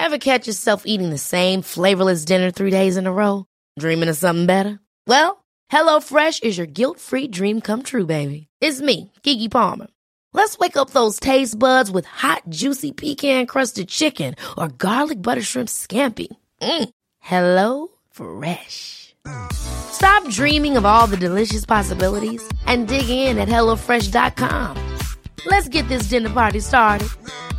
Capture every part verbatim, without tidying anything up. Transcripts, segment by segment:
Ever catch yourself eating the same flavorless dinner three days in a row? Dreaming of something better? Well, HelloFresh is your guilt-free dream come true, baby. It's me, Keke Palmer. Let's wake up those taste buds with hot, juicy pecan-crusted chicken or garlic butter shrimp scampi. Mm. Hello Fresh. Stop dreaming of all the delicious possibilities and dig in at hello fresh dot com. Let's get this dinner party started.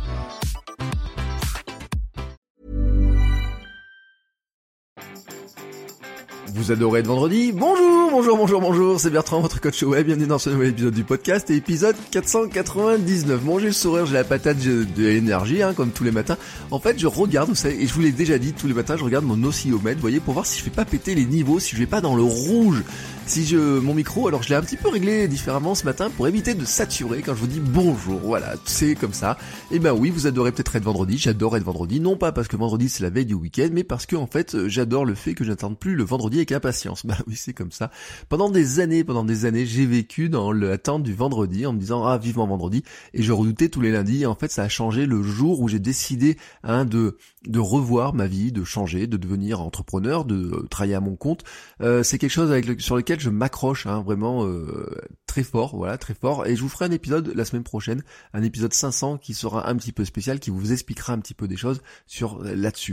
Vous adorez être vendredi? Bonjour, bonjour, bonjour, bonjour, c'est Bertrand, votre coach web, bienvenue dans ce nouvel épisode du podcast, et épisode quatre cent quatre-vingt-dix-neuf. Bon, j'ai le sourire, j'ai la patate, j'ai de l'énergie, hein, comme tous les matins. En fait, je regarde, vous savez, et je vous l'ai déjà dit, tous les matins, je regarde mon oscillomètre, vous voyez, pour voir si je fais pas péter les niveaux, si je vais pas dans le rouge. Si je, mon micro, alors je l'ai un petit peu réglé différemment ce matin pour éviter de saturer quand je vous dis bonjour, voilà, c'est comme ça. Et ben oui, vous adorez peut-être être vendredi, j'adore être vendredi, non pas parce que vendredi c'est la veille du week-end, mais parce que en fait, j'adore le fait que je n'attende plus le vendredi avec impatience. Bah oui, c'est comme ça. Pendant des années, pendant des années, j'ai vécu dans l'attente du vendredi en me disant ah vivement vendredi, et je redoutais tous les lundis, et en fait ça a changé le jour où j'ai décidé hein, de de revoir ma vie, de changer, de devenir entrepreneur, de travailler à mon compte. Euh, c'est quelque chose avec le, sur lequel je m'accroche hein, vraiment euh, très fort, voilà, très fort. Et je vous ferai un épisode la semaine prochaine, un épisode cinq cents qui sera un petit peu spécial, qui vous expliquera un petit peu des choses sur là-dessus.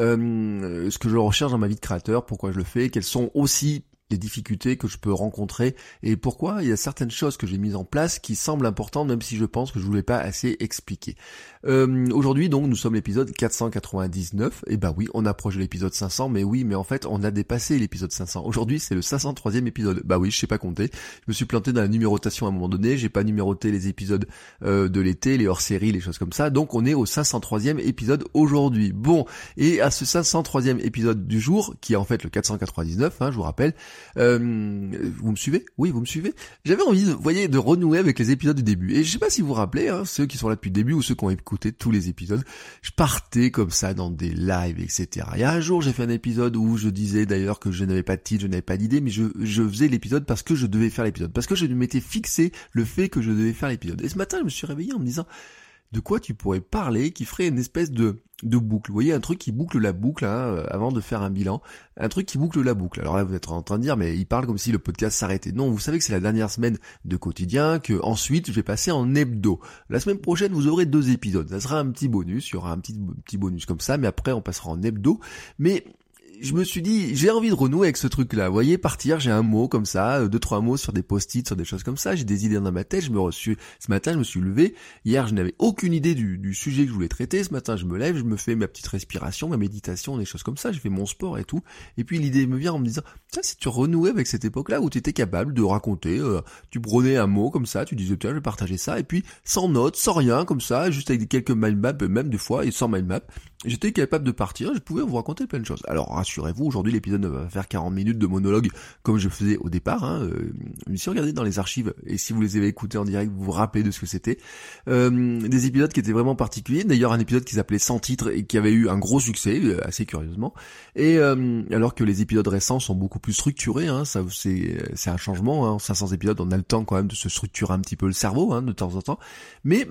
Euh, ce que je recherche dans ma vie de créateur, pourquoi je le fais, quels sont aussi les difficultés que je peux rencontrer et pourquoi il y a certaines choses que j'ai mises en place qui semblent importantes même si je pense que je ne vous l'ai pas assez expliqué. Euh, aujourd'hui donc nous sommes l'épisode quatre cent quatre-vingt-dix-neuf et bah oui on approche de l'épisode cinq cents mais oui mais en fait on a dépassé l'épisode cinq cents. Aujourd'hui c'est le cinq cent troisième épisode. Bah oui je sais pas compter. Je me suis planté dans la numérotation à un moment donné, j'ai pas numéroté les épisodes euh, de l'été, les hors-séries, les choses comme ça. Donc on est au cinq cent troisième épisode aujourd'hui. Bon et à ce cinq cent troisième épisode du jour qui est en fait le quatre cent quatre-vingt-dix-neuf hein, je vous rappelle. Euh, vous me suivez? Oui, vous me suivez? J'avais envie, de, vous voyez, de renouer avec les épisodes du début. Et je sais pas si vous vous rappelez, hein, ceux qui sont là depuis le début ou ceux qui ont écouté tous les épisodes, je partais comme ça dans des lives, et cetera. Il y a un jour, j'ai fait un épisode où je disais d'ailleurs que je n'avais pas de titre, je n'avais pas d'idée, mais je, je faisais l'épisode parce que je devais faire l'épisode, parce que je m'étais fixé le fait que je devais faire l'épisode. Et ce matin, je me suis réveillé en me disant, de quoi tu pourrais parler qui ferait une espèce de de boucle. Vous voyez, un truc qui boucle la boucle hein, avant de faire un bilan. Un truc qui boucle la boucle. Alors là, vous êtes en train de dire, mais il parle comme si le podcast s'arrêtait. Non, vous savez que c'est la dernière semaine de quotidien, que ensuite je vais passer en hebdo. La semaine prochaine, vous aurez deux épisodes. Ça sera un petit bonus, il y aura un petit petit bonus comme ça, mais après on passera en hebdo. Mais je me suis dit, j'ai envie de renouer avec ce truc-là. Vous voyez, partir, j'ai un mot comme ça, deux, trois mots sur des post-it, sur des choses comme ça. J'ai des idées dans ma tête. Je me reçu, ce matin, je me suis levé. Hier, je n'avais aucune idée du, du sujet que je voulais traiter. Ce matin, je me lève, je me fais ma petite respiration, ma méditation, des choses comme ça. Je fais mon sport et tout. Et puis, l'idée me vient en me disant, tiens, si tu renouais avec cette époque-là où tu étais capable de raconter, euh, tu prenais un mot comme ça, tu disais, tiens, je vais partager ça. Et puis, sans notes, sans rien, comme ça, juste avec quelques mind maps, même des fois, et sans mind map, j'étais capable de partir. Je pouvais vous raconter plein de choses. Alors, rassurez-vous, aujourd'hui, l'épisode va faire quarante minutes de monologue comme je faisais au départ. Hein. Euh, je me suis regardé dans les archives et si vous les avez écoutés en direct, vous vous rappelez de ce que c'était. Euh, des épisodes qui étaient vraiment particuliers. D'ailleurs, un épisode qui s'appelait Sans titre et qui avait eu un gros succès, euh, assez curieusement. Et euh, alors que les épisodes récents sont beaucoup plus structurés, hein, ça c'est c'est un changement. Hein. cinq cents épisodes, on a le temps quand même de se structurer un petit peu le cerveau, hein, de temps en temps. Mais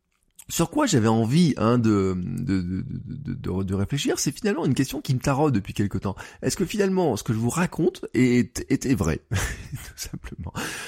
sur quoi j'avais envie hein, de, de, de, de, de, de réfléchir, c'est finalement une question qui me taraude depuis quelque temps. Est-ce que finalement ce que je vous raconte est, est, est vrai? Tout simplement.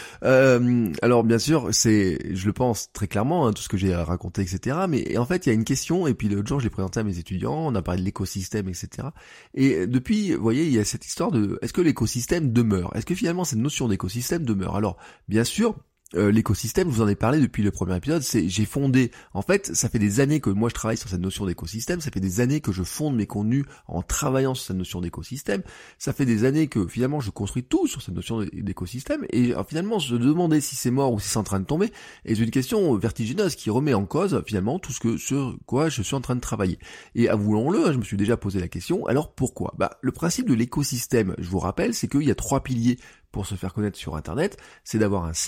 Euh, alors bien sûr, c'est, je le pense très clairement, hein, tout ce que j'ai raconté, et cetera. Mais en fait, il y a une question, et puis l'autre jour je l'ai présenté à mes étudiants, on a parlé de l'écosystème, et cetera. Et depuis, vous voyez, il y a cette histoire de, est-ce que l'écosystème demeure? Est-ce que finalement cette notion d'écosystème demeure? Alors, bien sûr, Euh, l'écosystème, je vous en ai parlé depuis le premier épisode, c'est j'ai fondé, en fait, ça fait des années que moi je travaille sur cette notion d'écosystème, ça fait des années que je fonde mes contenus en travaillant sur cette notion d'écosystème, ça fait des années que finalement je construis tout sur cette notion d'écosystème, et alors, finalement se demander si c'est mort ou si c'est en train de tomber est une question vertigineuse qui remet en cause finalement tout ce que sur quoi je suis en train de travailler. Et avouons-le, je me suis déjà posé la question, alors pourquoi? Bah le principe de l'écosystème, je vous rappelle, c'est qu'il y a trois piliers pour se faire connaître sur internet, c'est d'avoir un site,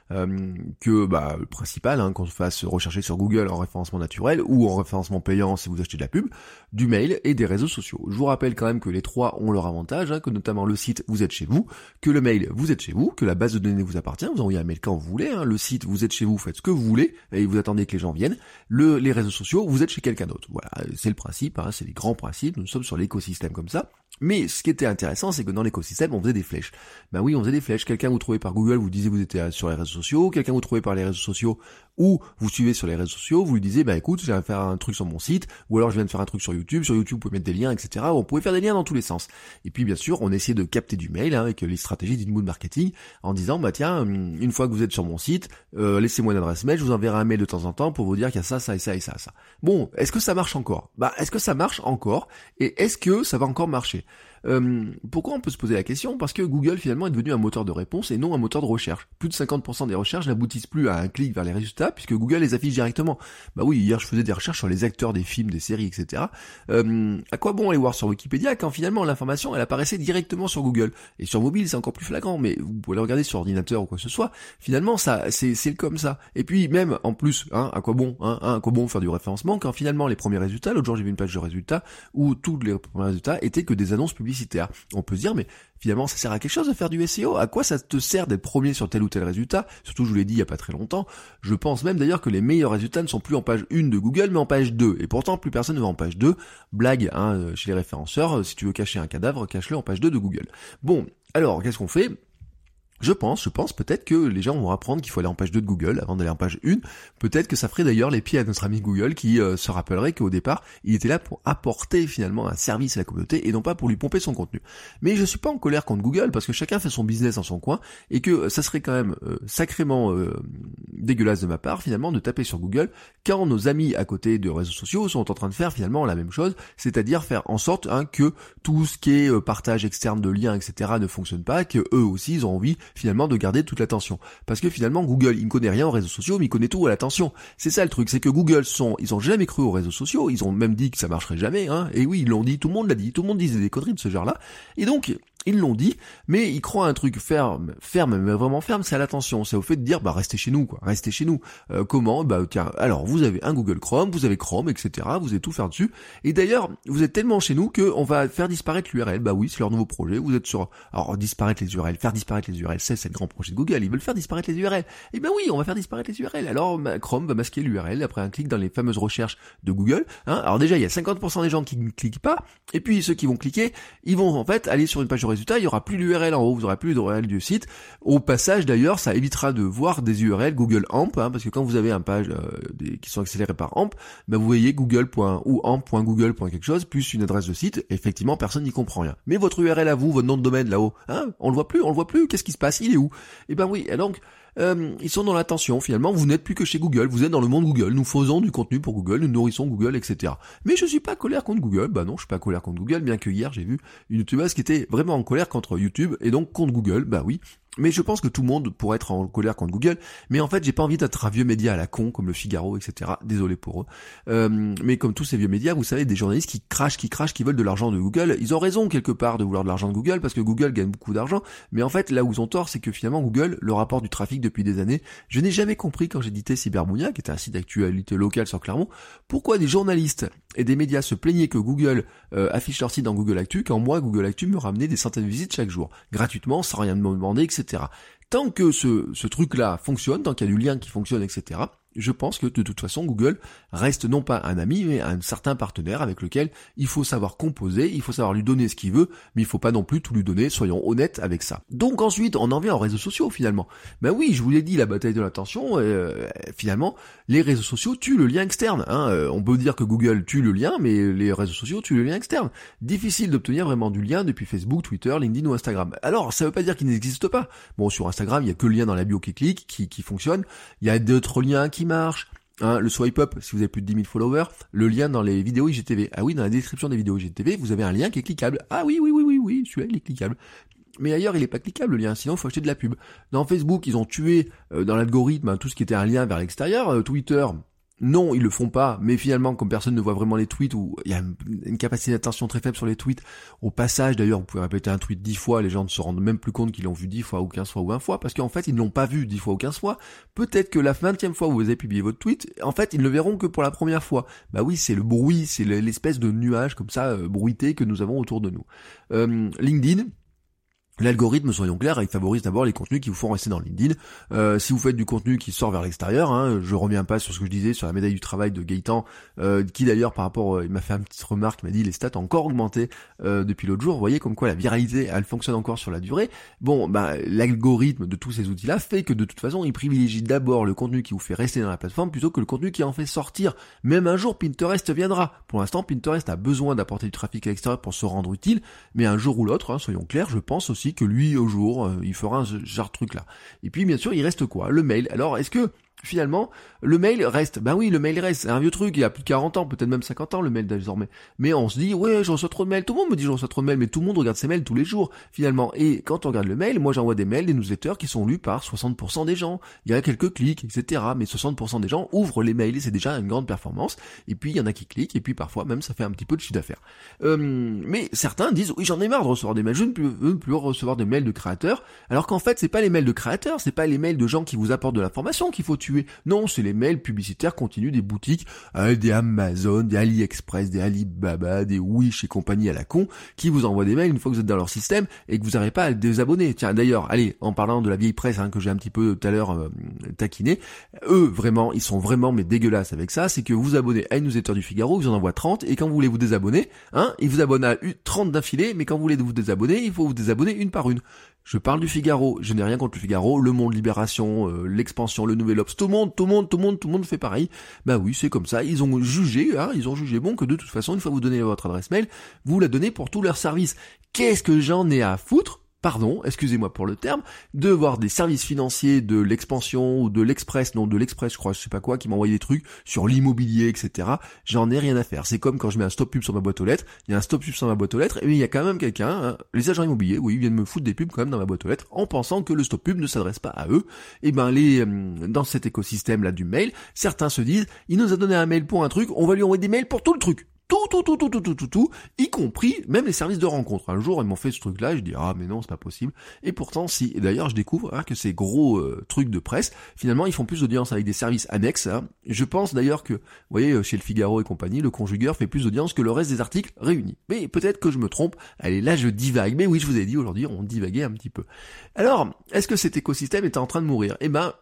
euh, que bah le principal, hein, qu'on se fasse rechercher sur Google en référencement naturel ou en référencement payant si vous achetez de la pub, du mail et des réseaux sociaux. Je vous rappelle quand même que les trois ont leur avantage, hein, que notamment le site, vous êtes chez vous, que le mail, vous êtes chez vous, que la base de données vous appartient, vous envoyez un mail quand vous voulez, hein, le site, vous êtes chez vous, faites ce que vous voulez, et vous attendez que les gens viennent, le, les réseaux sociaux, vous êtes chez quelqu'un d'autre. Voilà, c'est le principe, hein, c'est les grands principes, nous sommes sur l'écosystème comme ça. Mais ce qui était intéressant, c'est que dans l'écosystème, on faisait des flèches. Ben oui, on faisait des flèches. Quelqu'un vous trouvez par Google, vous disiez vous étiez sur les réseaux sociaux. Quelqu'un vous trouvez par les réseaux sociaux ou vous suivez sur les réseaux sociaux, vous lui disiez, bah écoute, je viens de faire un truc sur mon site, ou alors je viens de faire un truc sur YouTube. Sur YouTube, vous pouvez mettre des liens, et cetera. On pouvait faire des liens dans tous les sens. Et puis bien sûr, on essayait de capter du mail, hein, avec les stratégies d'inbound marketing, en disant, bah tiens, une fois que vous êtes sur mon site, euh, laissez-moi une adresse mail, je vous enverrai un mail de temps en temps pour vous dire qu'il y a ça, ça et ça et ça, ça. Bon, est-ce que ça marche encore? Bah, est-ce que ça marche encore? Et est-ce que ça va encore marcher? Euh, pourquoi on peut se poser la question? Parce que Google finalement est devenu un moteur de réponse et non un moteur de recherche. Plus de cinquante pour cent des recherches n'aboutissent plus à un clic vers les résultats puisque Google les affiche directement. Bah oui, hier je faisais des recherches sur les acteurs des films, des séries, et cetera. Euh, à quoi bon aller voir sur Wikipédia quand finalement l'information elle apparaissait directement sur Google? Et sur mobile c'est encore plus flagrant, mais vous pouvez le regarder sur ordinateur ou quoi que ce soit. Finalement ça c'est c'est comme ça. Et puis même en plus, hein, à quoi bon, hein, hein, à quoi bon faire du référencement quand finalement les premiers résultats, l'autre jour j'ai vu une page de résultats où tous les premiers résultats étaient que des annonces publicitaires. On peut se dire, mais finalement, ça sert à quelque chose de faire du S E O? À quoi ça te sert d'être premier sur tel ou tel résultat? Surtout, je vous l'ai dit il y a pas très longtemps, je pense même d'ailleurs que les meilleurs résultats ne sont plus en page un de Google, mais en page deux. Et pourtant, plus personne ne va en page deux. Blague, hein, chez les référenceurs, si tu veux cacher un cadavre, cache-le en page deux de Google. Bon, alors, qu'est-ce qu'on fait? Je pense, je pense peut-être que les gens vont apprendre qu'il faut aller en page deux de Google avant d'aller en page un. Peut-être que ça ferait d'ailleurs les pieds à notre ami Google qui euh, se rappellerait qu'au départ, il était là pour apporter finalement un service à la communauté et non pas pour lui pomper son contenu. Mais je suis pas en colère contre Google parce que chacun fait son business dans son coin et que ça serait quand même euh, sacrément euh, dégueulasse de ma part finalement de taper sur Google quand nos amis à côté de réseaux sociaux sont en train de faire finalement la même chose, c'est-à-dire faire en sorte hein, que tout ce qui est euh, partage externe de liens, et cetera ne fonctionne pas, que eux aussi ils ont envie finalement de garder toute l'attention. Parce que finalement Google, il ne connaît rien aux réseaux sociaux, mais il connaît tout à l'attention. C'est ça le truc, c'est que Google sont, ils ont jamais cru aux réseaux sociaux, ils ont même dit que ça marcherait jamais, hein. Et oui, ils l'ont dit, tout le monde l'a dit, tout le monde disait des conneries de ce genre-là. Et donc, ils l'ont dit, mais ils croient à un truc ferme, ferme, mais vraiment ferme, c'est à l'attention, c'est au fait de dire, bah restez chez nous, quoi, restez chez nous. Euh, comment? Bah tiens, alors vous avez un Google Chrome, vous avez Chrome, et cetera. Vous allez tout faire dessus. Et d'ailleurs, vous êtes tellement chez nous que on va faire disparaître l'U R L. Bah oui, c'est leur nouveau projet. Vous êtes sur, alors disparaître les U R L, faire disparaître les U R L, c'est c'est le grand projet de Google. Ils veulent faire disparaître les U R L. Et ben oui, on va faire disparaître les U R L. Alors Chrome va masquer l'U R L après un clic dans les fameuses recherches de Google. Hein. Alors déjà, il y a cinquante pour cent des gens qui ne cliquent pas. Et puis ceux qui vont cliquer, ils vont en fait aller sur une page de résultats. Il y aura plus l'U R L en haut, vous aurez plus d'U R L du site. Au passage d'ailleurs, ça évitera de voir des U R L Google A M P, hein, parce que quand vous avez un page euh, des, qui sont accélérés par A M P, ben vous voyez Google. ou A M P point google. quelque chose plus une adresse de site. Effectivement, personne n'y comprend rien. Mais votre U R L à vous, votre nom de domaine là-haut, hein, on le voit plus, on le voit plus. Qu'est-ce qui se passe? Il est où? Et ben oui. Et donc. Euh, ils sont dans l'attention, finalement, vous n'êtes plus que chez Google, vous êtes dans le monde Google, nous faisons du contenu pour Google, nous nourrissons Google, et cetera. Mais je suis pas colère contre Google, bah non, je suis pas colère contre Google, bien que hier j'ai vu une youtubeuse qui était vraiment en colère contre YouTube, et donc contre Google, bah oui. Mais je pense que tout le monde pourrait être en colère contre Google, mais en fait j'ai pas envie d'être un vieux média à la con comme le Figaro, et cetera. Désolé pour eux. Euh, mais comme tous ces vieux médias, vous savez, des journalistes qui crachent, qui crachent, qui veulent de l'argent de Google, ils ont raison quelque part de vouloir de l'argent de Google parce que Google gagne beaucoup d'argent, mais en fait là où ils ont tort, c'est que finalement Google leur apporte du trafic depuis des années. Je n'ai jamais compris quand j'éditais Cybermounia, qui était un site d'actualité locale sur Clermont, pourquoi des journalistes et des médias se plaignaient que Google euh, affiche leur site dans Google Actu, quand moi Google Actu me ramenait des centaines de visites chaque jour, gratuitement, sans rien me demander, et cetera. Tant que ce, ce truc-là fonctionne, tant qu'il y a du lien qui fonctionne, et cetera, je pense que de toute façon Google reste non pas un ami, mais un certain partenaire avec lequel il faut savoir composer, il faut savoir lui donner ce qu'il veut, mais il faut pas non plus tout lui donner, soyons honnêtes avec ça. Donc ensuite, on en vient aux réseaux sociaux finalement. Ben oui, je vous l'ai dit, la bataille de l'attention, euh, finalement, les réseaux sociaux tuent le lien externe. Hein. Euh, on peut dire que Google tue le lien, mais les réseaux sociaux tuent le lien externe. Difficile d'obtenir vraiment du lien depuis Facebook, Twitter, LinkedIn ou Instagram. Alors, ça veut pas dire qu'il n'existe pas. Bon, sur Instagram, il y a que le lien dans la bio qui clique, qui, qui fonctionne. Il y a d'autres liens qui marche, hein, le swipe up si vous avez plus de dix mille followers, le lien dans les vidéos I G T V. Ah oui, dans la description des vidéos I G T V, vous avez un lien qui est cliquable. Ah oui, oui, oui, oui, oui, celui-là il est cliquable. Mais ailleurs, il est pas cliquable le lien, sinon il faut acheter de la pub. Dans Facebook, ils ont tué euh, dans l'algorithme hein, tout ce qui était un lien vers l'extérieur. Euh, Twitter, non, ils le font pas, mais finalement, comme personne ne voit vraiment les tweets, ou il y a une capacité d'attention très faible sur les tweets, au passage, d'ailleurs, vous pouvez répéter un tweet dix fois, les gens ne se rendent même plus compte qu'ils l'ont vu dix fois, ou quinze fois, ou vingt fois, parce qu'en fait, ils ne l'ont pas vu dix fois ou quinze fois. Peut-être que la vingtième fois où vous avez publié votre tweet, en fait, ils ne le verront que pour la première fois. Bah oui, c'est le bruit, c'est l'espèce de nuage, comme ça, euh, bruité que nous avons autour de nous. Euh, LinkedIn, l'algorithme, soyons clairs, il favorise d'abord les contenus qui vous font rester dans LinkedIn. Euh, si vous faites du contenu qui sort vers l'extérieur, hein, je reviens pas sur ce que je disais sur la médaille du travail de Gaëtan, euh, qui d'ailleurs par rapport, euh, il m'a fait une petite remarque, il m'a dit les stats ont encore augmenté euh, depuis l'autre jour. Vous voyez comme quoi la viralité, elle fonctionne encore sur la durée. Bon, bah l'algorithme de tous ces outils-là fait que de toute façon, il privilégie d'abord le contenu qui vous fait rester dans la plateforme plutôt que le contenu qui en fait sortir. Même un jour, Pinterest viendra. Pour l'instant, Pinterest a besoin d'apporter du trafic à l'extérieur pour se rendre utile, mais un jour ou l'autre, hein, soyons clairs, je pense aussi que lui, au jour, euh, il fera un genre de truc là. Et puis, bien sûr, il reste quoi? Le mail. Alors, est-ce que, finalement, le mail reste? Ben oui, le mail reste. C'est un vieux truc, il y a plus de quarante ans, peut-être même cinquante ans, le mail désormais. Mais on se dit, ouais, je reçois trop de mails. Tout le monde me dit, je reçois trop de mails, mais tout le monde regarde ses mails tous les jours, finalement. Et quand on regarde le mail, moi, j'envoie des mails, des newsletters qui sont lus par soixante pour cent des gens. Il y a quelques clics, et cetera. Mais soixante pour cent des gens ouvrent les mails, et c'est déjà une grande performance. Et puis, il y en a qui cliquent, et puis parfois, même, ça fait un petit peu de chiffre d'affaires. Euh, mais certains disent, oui, j'en ai marre de recevoir des mails, je ne veux plus recevoir des mails de créateurs. Alors qu'en fait, c'est pas les mails de créateurs, c'est pas les mails de gens qui vous apportent de l'information qu'il faut tuer. Non, c'est les mails publicitaires continus des boutiques, euh, des Amazon, des AliExpress, des Alibaba, des Wish et compagnie à la con, qui vous envoient des mails une fois que vous êtes dans leur système et que vous n'arrivez pas à les désabonner. Tiens, d'ailleurs, allez, en parlant de la vieille presse hein, que j'ai un petit peu tout à l'heure euh, taquiné, eux, vraiment, ils sont vraiment mais dégueulasses avec ça, c'est que vous vous abonnez à une newsletter du Figaro, vous en envoie trente, et quand vous voulez vous désabonner, hein, ils vous abonnent à trente d'affilée, mais quand vous voulez vous désabonner, il faut vous désabonner une par une. Je parle du Figaro, je n'ai rien contre le Figaro, Le Monde, Libération, euh, l'Expansion, le Nouvel Obs, tout le monde, tout le monde, tout le monde, tout le monde fait pareil. Bah oui, c'est comme ça, ils ont jugé, hein, ils ont jugé bon que de toute façon, une fois que vous donnez votre adresse mail, vous la donnez pour tous leurs services. Qu'est-ce que j'en ai à foutre? Pardon, excusez-moi pour le terme, de voir des services financiers de l'Expansion ou de l'Express, non de l'Express je crois, je sais pas quoi, qui m'envoient des trucs sur l'immobilier, et cetera. J'en ai rien à faire. C'est comme quand je mets un stop pub sur ma boîte aux lettres, il y a un stop pub sur ma boîte aux lettres, et il y a quand même quelqu'un, hein, les agents immobiliers, oui, ils viennent me foutre des pubs quand même dans ma boîte aux lettres, en pensant que le stop pub ne s'adresse pas à eux. Et ben les euh, dans cet écosystème là du mail, certains se disent, il nous a donné un mail pour un truc, on va lui envoyer des mails pour tout le truc. Tout, tout, tout, tout, tout, tout, tout, tout, y compris même les services de rencontre. Un jour, ils m'ont fait ce truc-là, et je dis, ah, mais non, c'est pas possible. Et pourtant, si. Et d'ailleurs, je découvre hein, que ces gros euh, trucs de presse, finalement, ils font plus d'audience avec des services annexes. Hein. Je pense d'ailleurs que, vous voyez, chez le Figaro et compagnie, le Conjugueur fait plus d'audience que le reste des articles réunis. Mais peut-être que je me trompe. Allez, là, je divague. Mais oui, je vous ai dit, aujourd'hui, on divaguait un petit peu. Alors, est-ce que cet écosystème est en train de mourir? Eh ben,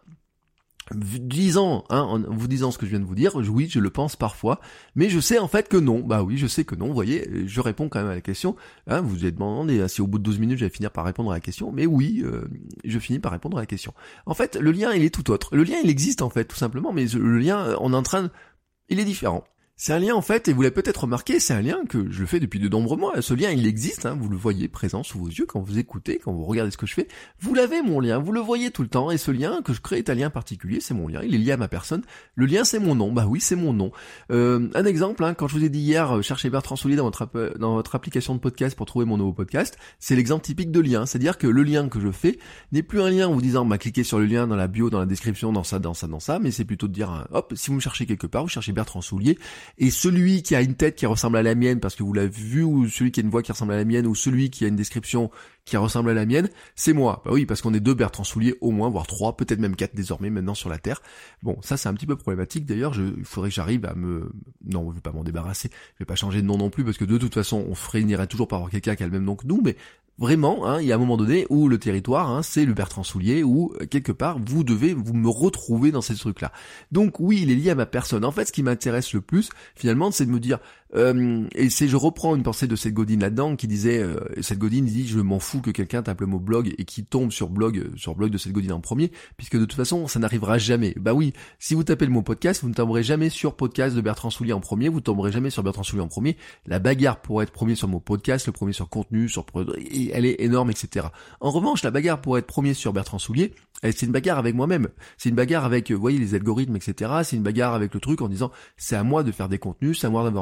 disant, hein, en vous disant ce que je viens de vous dire, oui, je le pense parfois, mais je sais en fait que non. Bah oui, je sais que non. Vous voyez, je réponds quand même à la question. Hein, vous vous êtes demandé si au bout de douze minutes j'allais finir par répondre à la question, mais oui, euh, je finis par répondre à la question. En fait, le lien, il est tout autre. Le lien, il existe en fait, tout simplement, mais le lien, on est en train de... il est différent. C'est un lien en fait, et vous l'avez peut-être remarqué, c'est un lien que je fais depuis de nombreux mois. Ce lien, il existe, hein, vous le voyez présent sous vos yeux quand vous écoutez, quand vous regardez ce que je fais. Vous l'avez mon lien, vous le voyez tout le temps, et ce lien que je crée est un lien particulier, c'est mon lien, il est lié à ma personne. Le lien, c'est mon nom, bah oui, c'est mon nom. Euh, un exemple, hein, quand je vous ai dit hier, cherchez Bertrand Soulier dans votre, app- dans votre application de podcast pour trouver mon nouveau podcast, c'est l'exemple typique de lien. C'est-à-dire que le lien que je fais n'est plus un lien en vous disant, bah cliquez sur le lien dans la bio, dans la description, dans ça, dans ça, dans ça, mais c'est plutôt de dire, hein, hop, si vous me cherchez quelque part, vous cherchez Bertrand Soulier, et celui qui a une tête qui ressemble à la mienne parce que vous l'avez vu, ou celui qui a une voix qui ressemble à la mienne, ou celui qui a une description qui ressemble à la mienne, c'est moi. Bah oui, parce qu'on est deux Bertrand Soulier au moins, voire trois, peut-être même quatre désormais maintenant sur la Terre. Bon, ça c'est un petit peu problématique d'ailleurs, je, il faudrait que j'arrive à me... Non, je vais pas m'en débarrasser, je vais pas changer de nom non plus, parce que de toute façon, on finirait toujours par avoir quelqu'un qui a le même nom que nous, mais... Vraiment, hein, il y a un moment donné où le territoire, hein, c'est le Bertrand Soulier, où quelque part vous devez vous me retrouver dans ces trucs-là. Donc oui, il est lié à ma personne. En fait, ce qui m'intéresse le plus, finalement, c'est de me dire, euh, et c'est, je reprends une pensée de Seth Godin là-dedans, qui disait, euh, Seth Godin dit, je m'en fous que quelqu'un tape le mot blog et qui tombe sur blog, sur blog de Seth Godin en premier, puisque de toute façon, ça n'arrivera jamais. Bah oui, si vous tapez le mot podcast, vous ne tomberez jamais sur podcast de Bertrand Soulier en premier, vous tomberez jamais sur Bertrand Soulier en premier. La bagarre pour être premier sur le mot podcast, le premier sur contenu, sur et elle est énorme, et cetera. En revanche, la bagarre pour être premier sur Bertrand Soulier, c'est une bagarre avec moi-même. C'est une bagarre avec, vous voyez, les algorithmes, et cetera. C'est une bagarre avec le truc en disant, c'est à moi de faire des contenus, c'est à moi d'avoir le nom de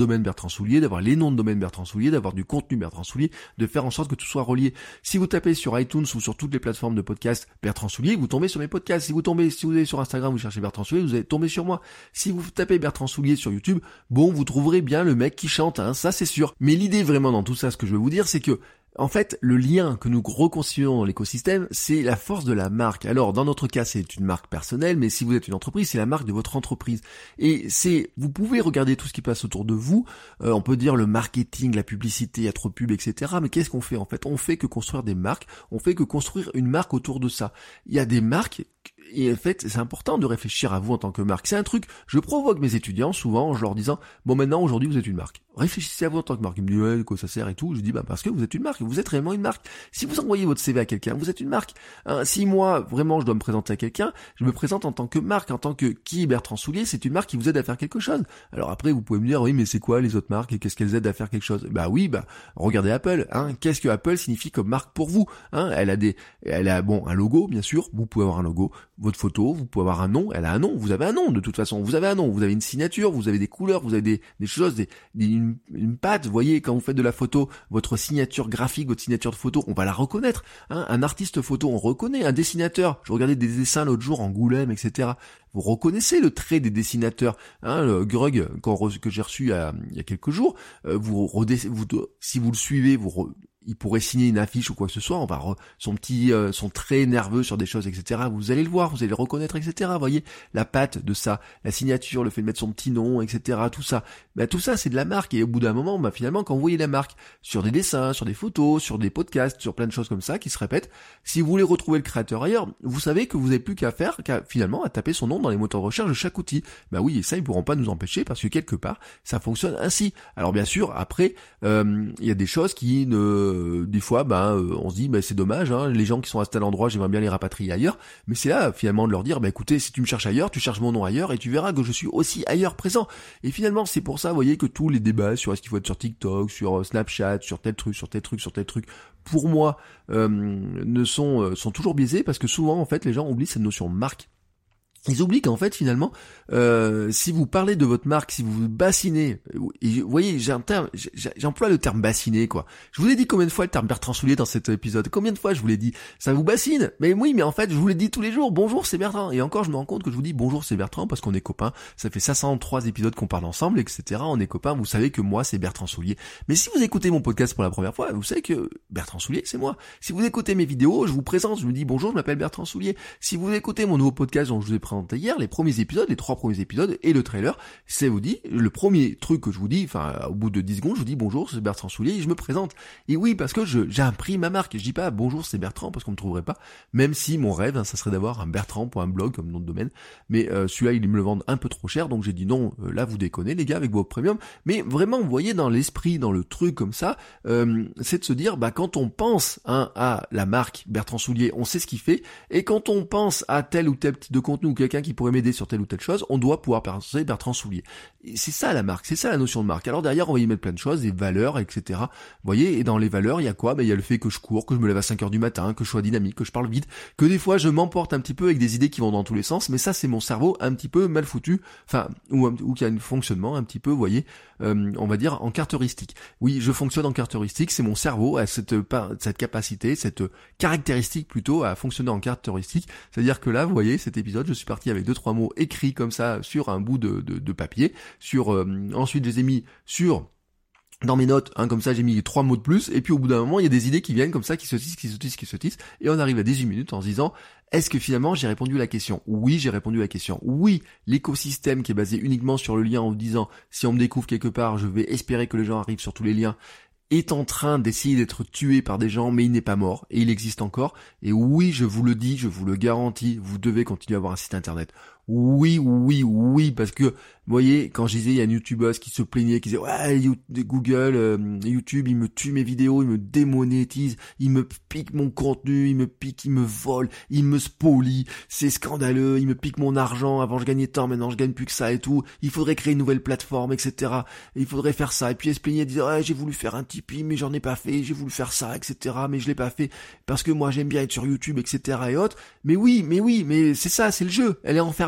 domaine Bertrand Soulier, d'avoir les noms de domaine Bertrand Soulier, d'avoir du contenu Bertrand Soulier, de faire en sorte que tout soit relié. Si vous tapez sur iTunes ou sur toutes les plateformes de podcast Bertrand Soulier, vous tombez sur mes podcasts. Si vous tombez, si vous allez sur Instagram, vous cherchez Bertrand Soulier, vous allez tomber sur moi. Si vous tapez Bertrand Soulier sur YouTube, bon, vous trouverez bien le mec qui chante, hein, ça c'est sûr. Mais l'idée vraiment dans tout ça, ce que je veux vous dire, c'est que en fait, le lien que nous reconstituons dans l'écosystème, c'est la force de la marque. Alors, dans notre cas, c'est une marque personnelle, mais si vous êtes une entreprise, c'est la marque de votre entreprise. Et c'est, vous pouvez regarder tout ce qui passe autour de vous, euh, on peut dire le marketing, la publicité, il y a trop de pub, et cetera. Mais qu'est-ce qu'on fait en fait? On fait que construire des marques, on fait que construire une marque autour de ça. Il y a des marques... Et en fait, c'est important de réfléchir à vous en tant que marque. C'est un truc, je provoque mes étudiants souvent en leur disant, bon maintenant, aujourd'hui, vous êtes une marque. Réfléchissez à vous en tant que marque. Ils me disent, ouais, quoi ça sert et tout. Je dis, bah parce que vous êtes une marque, vous êtes réellement une marque. Si vous envoyez votre C V à quelqu'un, vous êtes une marque. Hein, si moi, vraiment, je dois me présenter à quelqu'un, je me présente en tant que marque, en tant que qui Bertrand Soulier, c'est une marque qui vous aide à faire quelque chose. Alors après, vous pouvez me dire, oui, mais c'est quoi les autres marques et qu'est-ce qu'elles aident à faire quelque chose? Bah oui, bah regardez Apple. Hein, qu'est-ce que Apple signifie comme marque pour vous? Hein, elle a des, elle a bon un logo, bien sûr. Vous pouvez avoir un logo, votre photo, vous pouvez avoir un nom, elle a un nom, vous avez un nom de toute façon, vous avez un nom, vous avez une signature, vous avez des couleurs, vous avez des, des choses, des, des une, une patte, vous voyez, quand vous faites de la photo, votre signature graphique, votre signature de photo, on va la reconnaître, hein, un artiste photo, on reconnaît, un dessinateur, je regardais des dessins l'autre jour, Angoulême, et cetera. Vous reconnaissez le trait des dessinateurs, hein, le Grug, quand, que j'ai reçu il y a, il y a quelques jours, euh, vous, redess- vous, si vous le suivez, vous re- il pourrait signer une affiche ou quoi que ce soit, on va re, son petit, euh, son trait nerveux sur des choses, et cetera. Vous allez le voir, vous allez le reconnaître, et cetera. Vous voyez, la patte de ça, la signature, le fait de mettre son petit nom, et cetera. Tout ça, bah, tout ça c'est de la marque. Et au bout d'un moment, bah, finalement, quand vous voyez la marque sur des dessins, sur des photos, sur des podcasts, sur plein de choses comme ça qui se répètent, si vous voulez retrouver le créateur ailleurs, vous savez que vous n'avez plus qu'à faire, qu'à finalement à taper son nom dans les moteurs de recherche de chaque outil. Bah oui, et ça ils pourront pas nous empêcher parce que quelque part ça fonctionne ainsi. Alors bien sûr, après, il euh, y a des choses qui ne, des fois, bah Ben, euh, on se dit, ben, c'est dommage, hein, les gens qui sont à tel endroit, j'aimerais bien les rapatrier ailleurs, mais c'est là, finalement, de leur dire, ben, écoutez, si tu me cherches ailleurs, tu cherches mon nom ailleurs, et tu verras que je suis aussi ailleurs présent. Et finalement, c'est pour ça, vous voyez, que tous les débats sur est-ce qu'il faut être sur TikTok, sur Snapchat, sur tel truc, sur tel truc, sur tel truc, pour moi, euh, ne sont, euh, sont toujours biaisés, parce que souvent, en fait, les gens oublient cette notion de marque. Ils oublient qu'en fait, finalement, euh, si vous parlez de votre marque, si vous vous bassinez, et vous voyez, j'ai un terme, j'emploie le terme bassiner, quoi. Je vous ai dit combien de fois le terme Bertrand Soulier dans cet épisode? Combien de fois je vous l'ai dit? Ça vous bassine? Mais oui, mais en fait, je vous l'ai dit tous les jours. Bonjour, c'est Bertrand. Et encore, je me rends compte que je vous dis bonjour, c'est Bertrand parce qu'on est copains. Ça fait cinq cent trois épisodes qu'on parle ensemble, et cetera. On est copains. Vous savez que moi, c'est Bertrand Soulier. Mais si vous écoutez mon podcast pour la première fois, vous savez que Bertrand Soulier, c'est moi. Si vous écoutez mes vidéos, je vous présente, je vous dis bonjour, je m'appelle Bertrand Soulier. Si vous écoutez mon nouveau podcast dont je vous ai présenté hier, les premiers épisodes, les trois premiers épisodes et le trailer, c'est vous dit, le premier truc que je vous dis, enfin, au bout de dix secondes, je vous dis bonjour, c'est Bertrand Soulier et je me présente. Et oui, parce que je, j'ai impris ma marque. Je dis pas bonjour, c'est Bertrand parce qu'on me trouverait pas, même si mon rêve, hein, ça serait d'avoir un Bertrand.blog comme nom de domaine. Mais, euh, celui-là, ils me le vendent un peu trop cher, donc j'ai dit non, euh, là, vous déconnez, les gars, avec vos premium. Mais vraiment, vous voyez, dans l'esprit, dans le truc comme ça, euh, c'est de se dire, bah, quand on pense, hein, à la marque Bertrand Soulier, on sait ce qu'il fait. Et quand on pense à tel ou tel type de contenu ou quelqu'un qui pourrait m'aider sur telle ou telle chose, on doit pouvoir penser Bertrand Soulier. Et c'est ça la marque, c'est ça la notion de marque. Alors derrière, on va y mettre plein de choses, des valeurs, et cetera. Vous voyez, et dans les valeurs, il y a quoi? Ben, il y a le fait que je cours, que je me lève à cinq heures du matin, que je sois dynamique, que je parle vite, que des fois je m'emporte un petit peu avec des idées qui vont dans tous les sens, mais ça c'est mon cerveau un petit peu mal foutu, enfin, ou, ou qui a un fonctionnement un petit peu, vous voyez, euh, on va dire en caractéristique. Oui, je fonctionne en caractéristique, c'est mon cerveau à cette, cette capacité, cette caractéristique plutôt à fonctionner en caractéristique. C'est-à-dire que là, vous voyez, cet épisode, je suis parti avec deux trois mots écrits comme ça sur un bout de, de, de papier, sur euh, ensuite je les ai mis sur dans mes notes, hein, comme ça j'ai mis trois mots de plus, et puis au bout d'un moment il y a des idées qui viennent comme ça, qui se tissent, qui se tissent, qui se tissent, et on arrive à dix-huit minutes en se disant, est-ce que finalement j'ai répondu à la question? Oui, j'ai répondu à la question. Oui, l'écosystème qui est basé uniquement sur le lien en vous disant, si on me découvre quelque part, je vais espérer que les gens arrivent sur tous les liens, est en train d'essayer d'être tué par des gens, mais il n'est pas mort, et il existe encore. Et oui, je vous le dis, je vous le garantis, vous devez continuer à avoir un site internet. Oui, oui, oui, parce que, vous voyez, quand je disais, il y a une youtubeuse qui se plaignait, qui disait, ouais, Google, euh, YouTube, il me tue mes vidéos, il me démonétise, il me pique mon contenu, il me pique, il me vole, il me spolie, c'est scandaleux, il me pique mon argent, avant je gagnais tant, maintenant je gagne plus que ça et tout, il faudrait créer une nouvelle plateforme, et cetera. Et il faudrait faire ça, et puis elle se plaignait, elle disait, ouais, j'ai voulu faire un Tipeee, mais j'en ai pas fait, j'ai voulu faire ça, et cetera, mais je l'ai pas fait, parce que moi j'aime bien être sur YouTube, et cetera et autres. Mais oui, mais oui, mais c'est ça, c'est le jeu, elle est enfermée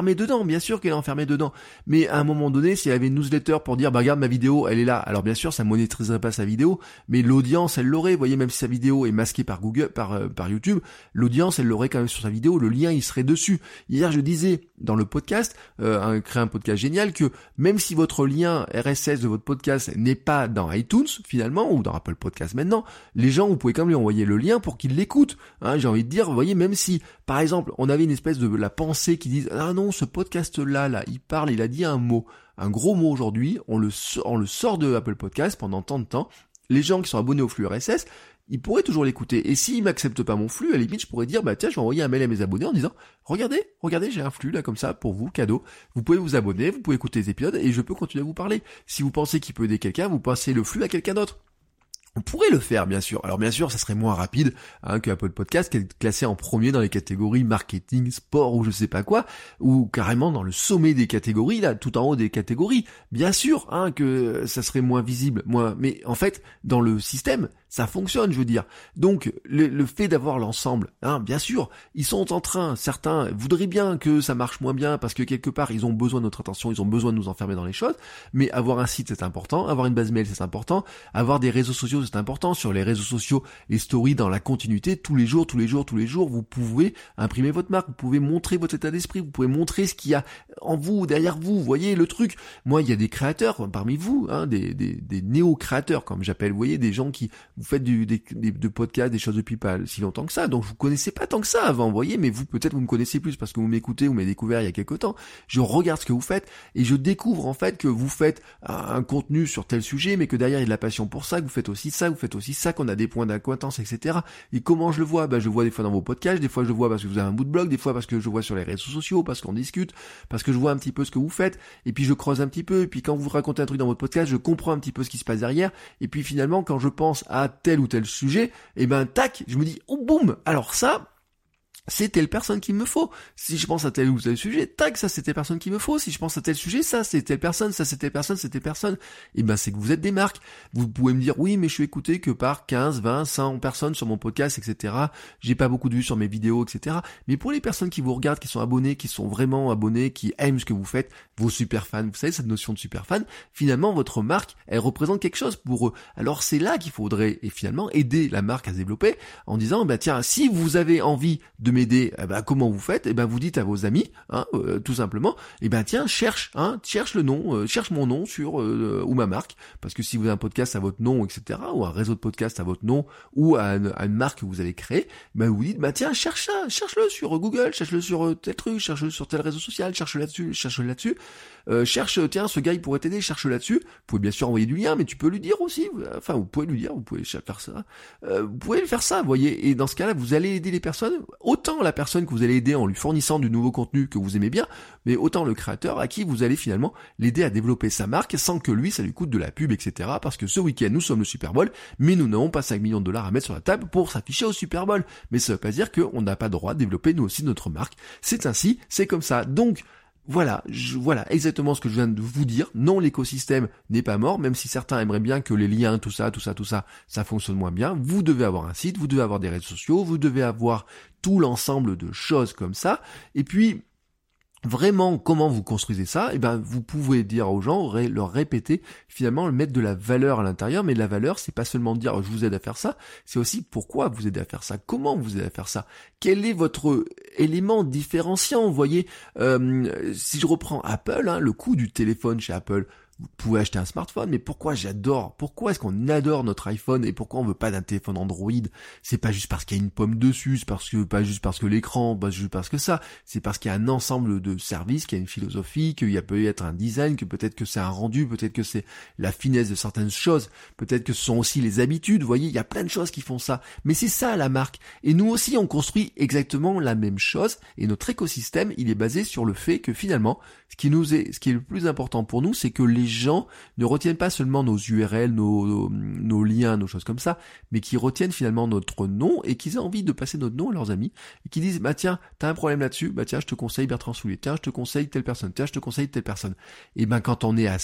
enfermée dedans, bien sûr qu'elle est enfermée dedans. Mais à un moment donné, si elle avait une newsletter pour dire, bah regarde ma vidéo, elle est là. Alors bien sûr, ça monétiserait pas sa vidéo, mais l'audience, elle l'aurait. Vous voyez, même si sa vidéo est masquée par Google, par euh, par YouTube, l'audience, elle l'aurait quand même sur sa vidéo. Le lien, il serait dessus. Hier, je disais dans le podcast, euh, un, créer un podcast génial, que même si votre lien R S S de votre podcast n'est pas dans iTunes finalement ou dans Apple Podcast maintenant, les gens, vous pouvez quand même lui envoyer le lien pour qu'ils l'écoutent. Hein, j'ai envie de dire, vous voyez, même si par exemple on avait une espèce de la pensée qui dise ah non, ce podcast là là il parle, il a dit un mot, un gros mot aujourd'hui, on le on le sort de Apple Podcast pendant tant de temps, les gens qui sont abonnés au flux R S S, ils pourraient toujours l'écouter. Et s'ils m'acceptent pas mon flux, à la limite, je pourrais dire, bah tiens, je vais envoyer un mail à mes abonnés en disant, regardez, regardez, j'ai un flux là comme ça pour vous, cadeau. Vous pouvez vous abonner, vous pouvez écouter les épisodes et je peux continuer à vous parler. Si vous pensez qu'il peut aider quelqu'un, vous passez le flux à quelqu'un d'autre. On pourrait le faire, bien sûr. Alors bien sûr, ça serait moins rapide hein, que Apple Podcast, qui est classé en premier dans les catégories marketing, sport ou je sais pas quoi, ou carrément dans le sommet des catégories, là, tout en haut des catégories. Bien sûr hein, que ça serait moins visible, moins. Mais en fait, dans le système, ça fonctionne, je veux dire. Donc, le, le fait d'avoir l'ensemble, hein, bien sûr, ils sont en train, certains voudraient bien que ça marche moins bien parce que quelque part, ils ont besoin de notre attention, ils ont besoin de nous enfermer dans les choses, mais avoir un site, c'est important, avoir une base mail, c'est important, avoir des réseaux sociaux, c'est important. Sur les réseaux sociaux, les stories dans la continuité, tous les jours, tous les jours, tous les jours, vous pouvez imprimer votre marque, vous pouvez montrer votre état d'esprit, vous pouvez montrer ce qu'il y a en vous, derrière vous, vous voyez le truc. Moi, il y a des créateurs parmi vous, hein, des, des, des néo-créateurs, comme j'appelle, vous voyez, des gens qui vous faites du, des, des de podcasts, des choses depuis pas si longtemps que ça, donc je vous connaissais pas tant que ça avant, vous voyez, mais vous peut-être vous me connaissez plus parce que vous m'écoutez, vous m'avez découvert il y a quelque temps. Je regarde ce que vous faites et je découvre en fait que vous faites un, un contenu sur tel sujet, mais que derrière il y a de la passion pour ça, que vous faites aussi ça, vous faites aussi ça, qu'on a des points d'acquaintance, et cetera. Et comment je le vois? Bah je le vois des fois dans vos podcasts, des fois je le vois parce que vous avez un bout de blog, des fois parce que je le vois sur les réseaux sociaux, parce qu'on discute, parce que je vois un petit peu ce que vous faites, et puis je creuse un petit peu, et puis quand vous racontez un truc dans votre podcast, je comprends un petit peu ce qui se passe derrière, et puis finalement quand je pense à tel ou tel sujet, et ben tac, je me dis oh boum, alors ça c'est telle personne qu'il me faut. Si je pense à tel ou tel sujet, tac, ça c'est telle personne qu'il me faut. Si je pense à tel sujet, ça c'est telle personne, ça c'est telle personne, c'est telle personne. Et ben c'est que vous êtes des marques. Vous pouvez me dire oui, mais je suis écouté que par quinze, vingt, cent personnes sur mon podcast, et cetera. J'ai pas beaucoup de vues sur mes vidéos, et cetera. Mais pour les personnes qui vous regardent, qui sont abonnées, qui sont vraiment abonnées, qui aiment ce que vous faites, vos super fans, vous savez cette notion de super fan, finalement votre marque, elle représente quelque chose pour eux. Alors c'est là qu'il faudrait et finalement aider la marque à se développer en disant bah tiens, si vous avez envie de m'aider, eh ben, comment vous faites? Eh ben, vous dites à vos amis, hein, euh, tout simplement, eh ben, tiens, cherche, hein, cherche le nom, euh, cherche mon nom sur, euh, ou ma marque, parce que si vous avez un podcast à votre nom, et cetera, ou un réseau de podcast à votre nom, ou à une, à une marque que vous avez créée, ben, vous dites, bah, tiens, cherche ça, cherche-le sur Google, cherche-le sur tel truc, cherche-le sur tel réseau social, cherche-le là-dessus, cherche-le là-dessus, euh, cherche, tiens, ce gars, il pourrait t'aider, cherche là-dessus. Vous pouvez bien sûr envoyer du lien, mais tu peux lui dire aussi, enfin, vous pouvez lui dire, vous pouvez faire ça, euh, vous pouvez faire ça, vous voyez, et dans ce cas-là, vous allez aider les personnes, autant la personne que vous allez aider en lui fournissant du nouveau contenu que vous aimez bien, mais autant le créateur à qui vous allez finalement l'aider à développer sa marque sans que lui ça lui coûte de la pub, et cetera. Parce que ce week-end nous sommes le Super Bowl, mais nous n'avons pas cinq millions de dollars à mettre sur la table pour s'afficher au Super Bowl. Mais ça veut pas dire qu'on n'a pas le droit de développer nous aussi notre marque. C'est ainsi, c'est comme ça. Donc Voilà, je, voilà exactement ce que je viens de vous dire. Non, l'écosystème n'est pas mort, même si certains aimeraient bien que les liens, tout ça, tout ça, tout ça, ça fonctionne moins bien. Vous devez avoir un site, vous devez avoir des réseaux sociaux, vous devez avoir tout l'ensemble de choses comme ça. Et puis, vraiment, comment vous construisez ça? Eh ben, vous pouvez dire aux gens, leur répéter, finalement, mettre de la valeur à l'intérieur. Mais la valeur, c'est pas seulement dire je vous aide à faire ça, c'est aussi pourquoi vous aidez à faire ça, comment vous aidez à faire ça, quel est votre élément différenciant. Vous voyez, euh, si je reprends Apple, hein, le coût du téléphone chez Apple. Vous pouvez acheter un smartphone, mais pourquoi j'adore, pourquoi est-ce qu'on adore notre iPhone et pourquoi on veut pas d'un téléphone Android? C'est pas juste parce qu'il y a une pomme dessus, c'est parce que, pas juste parce que l'écran, pas juste parce que ça, c'est parce qu'il y a un ensemble de services, qu'il y a une philosophie, qu'il y a peut-être un design, que peut-être que c'est un rendu, peut-être que c'est la finesse de certaines choses, peut-être que ce sont aussi les habitudes, vous voyez, il y a plein de choses qui font ça. Mais c'est ça la marque. Et nous aussi, on construit exactement la même chose et notre écosystème, il est basé sur le fait que finalement, ce qui nous est, ce qui est le plus important pour nous, c'est que les gens ne retiennent pas seulement nos U R L, nos, nos, nos liens, nos choses comme ça, mais qui retiennent finalement notre nom et qu'ils aient envie de passer notre nom à leurs amis et qui disent bah tiens, t'as un problème là-dessus, bah tiens, je te conseille Bertrand Soulier, tiens, je te conseille telle personne, tiens, je te conseille telle personne. Et ben quand on est à ça,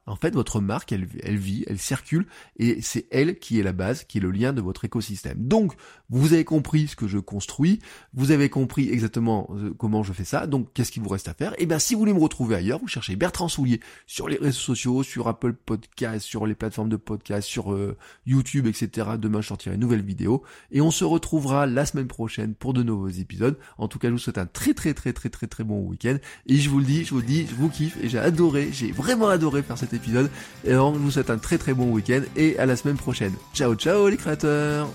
En fait, votre marque, elle, elle vit, elle circule, et c'est elle qui est la base, qui est le lien de votre écosystème. Donc, vous avez compris ce que je construis, vous avez compris exactement comment je fais ça, donc qu'est-ce qu'il vous reste à faire? Eh bien, si vous voulez me retrouver ailleurs, vous cherchez Bertrand Soulier sur les réseaux sociaux, sur Apple Podcasts, sur les plateformes de podcasts, sur euh, YouTube, et cetera. Demain, je sortirai une nouvelle vidéo, et on se retrouvera la semaine prochaine pour de nouveaux épisodes. En tout cas, je vous souhaite un très très très très très très bon week-end, et je vous le dis, je vous le dis, je vous kiffe, et j'ai adoré, j'ai vraiment adoré faire cet épisode, et donc je vous souhaite un très très bon week-end, et à la semaine prochaine. Ciao ciao les créateurs.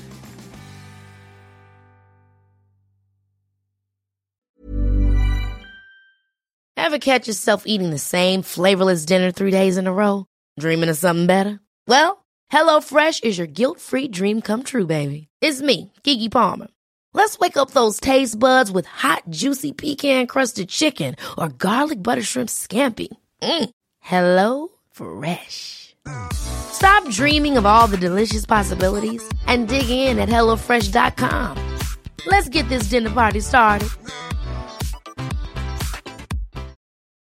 Ever catch yourself eating the same flavorless dinner three days in a row? Dreaming of something better? Well, HelloFresh is your guilt-free dream come true, baby. It's me, Keke Palmer. Let's wake up those taste buds with hot, juicy pecan-crusted chicken or garlic butter shrimp scampi. Mm. Hello Fresh. Stop dreaming of all the delicious possibilities and dig in at hello fresh dot com. Let's get this dinner party started.